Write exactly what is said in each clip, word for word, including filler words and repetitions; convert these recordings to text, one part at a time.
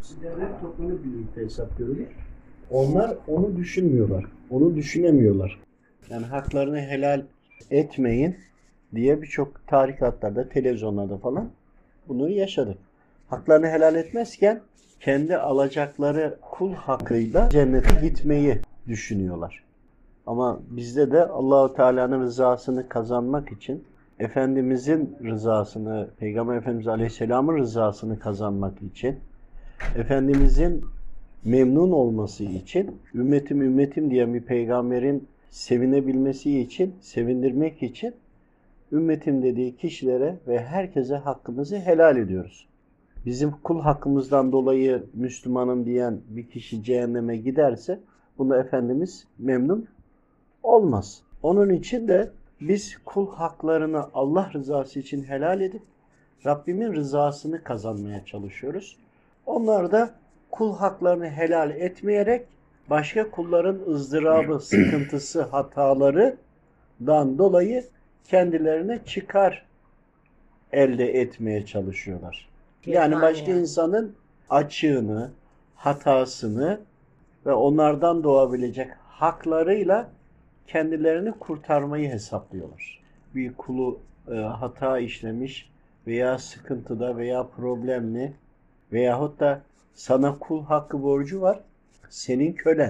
Devlet toplanıp birlikte hesaplıyorlar. Onlar onu düşünmüyorlar. Onu düşünemiyorlar. Yani haklarını helal etmeyin diye birçok tarikatlarda, televizyonlarda falan bunu yaşadık. Haklarını helal etmezken kendi alacakları kul hakkıyla cennete gitmeyi düşünüyorlar. Ama bizde de Allahu Teala'nın rızasını kazanmak için, Efendimizin rızasını, Peygamber Efendimiz Aleyhisselam'ın rızasını kazanmak için, Efendimizin memnun olması için, ümmetim ümmetim diyen bir peygamberin sevinebilmesi için, sevindirmek için ümmetim dediği kişilere ve herkese hakkımızı helal ediyoruz. Bizim kul hakkımızdan dolayı Müslümanım diyen bir kişi cehenneme giderse bunda Efendimiz memnun olmaz. Onun için de biz kul haklarını Allah rızası için helal edip Rabbimin rızasını kazanmaya çalışıyoruz. Onlar da kul haklarını helal etmeyerek başka kulların ızdırabı, sıkıntısı, hatalarından dolayı kendilerine çıkar elde etmeye çalışıyorlar. Yani başka insanın açığını, hatasını ve onlardan doğabilecek haklarıyla kendilerini kurtarmayı hesaplıyorlar. Bir kulu e, hata işlemiş veya sıkıntıda veya problemli veyahut da sana kul hakkı borcu var, senin kölen.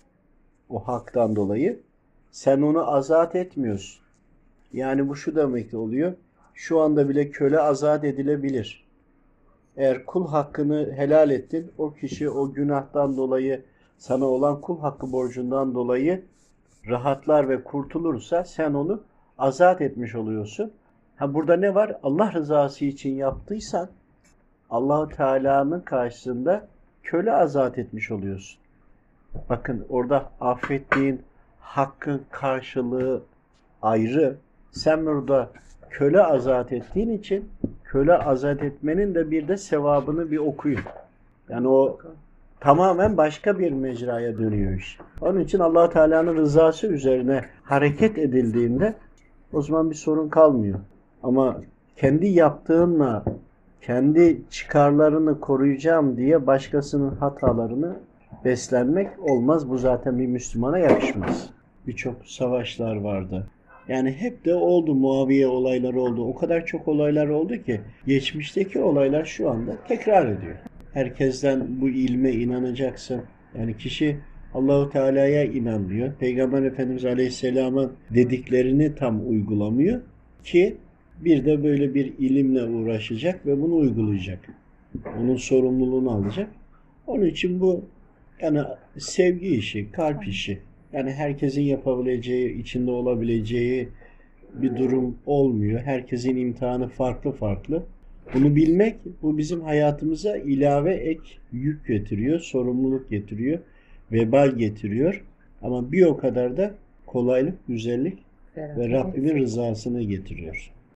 O haktan dolayı sen onu azat etmiyorsun. Yani bu şu demek oluyor, şu anda bile köle azat edilebilir. Eğer kul hakkını helal ettin, o kişi o günahtan dolayı, sana olan kul hakkı borcundan dolayı rahatlar ve kurtulursa sen onu azat etmiş oluyorsun. Ha burada ne var? Allah rızası için yaptıysan Allah-u Teala'nın karşısında köle azat etmiş oluyorsun. Bakın orada affettiğin hakkın karşılığı ayrı. Sen burada köle azat ettiğin için köle azat etmenin de bir de sevabını bir okuyun. Yani o tamamen başka bir mecraya dönüyor iş. Onun için Allah-u Teala'nın rızası üzerine hareket edildiğinde o zaman bir sorun kalmıyor. Ama kendi yaptığınla kendi çıkarlarını koruyacağım diye başkasının hatalarını beslenmek olmaz. Bu zaten bir Müslümana yakışmaz. Birçok savaşlar vardı. Yani hep de oldu, Muaviye olayları oldu. O kadar çok olaylar oldu ki geçmişteki olaylar şu anda tekrar ediyor. Herkesten bu ilme inanacaksın. Yani kişi Allahu Teala'ya inanmıyor. Peygamber Efendimiz Aleyhisselam'ın dediklerini tam uygulamıyor ki bir de böyle bir ilimle uğraşacak ve bunu uygulayacak. Onun sorumluluğunu alacak. Onun için bu yani sevgi işi, kalp işi. Yani herkesin yapabileceği, içinde olabileceği bir durum olmuyor. Herkesin imtihanı farklı farklı. Bunu bilmek, bu bizim hayatımıza ilave ek yük getiriyor, sorumluluk getiriyor, vebal getiriyor. Ama bir o kadar da kolaylık, güzellik ve Rabbimin rızasını getiriyor.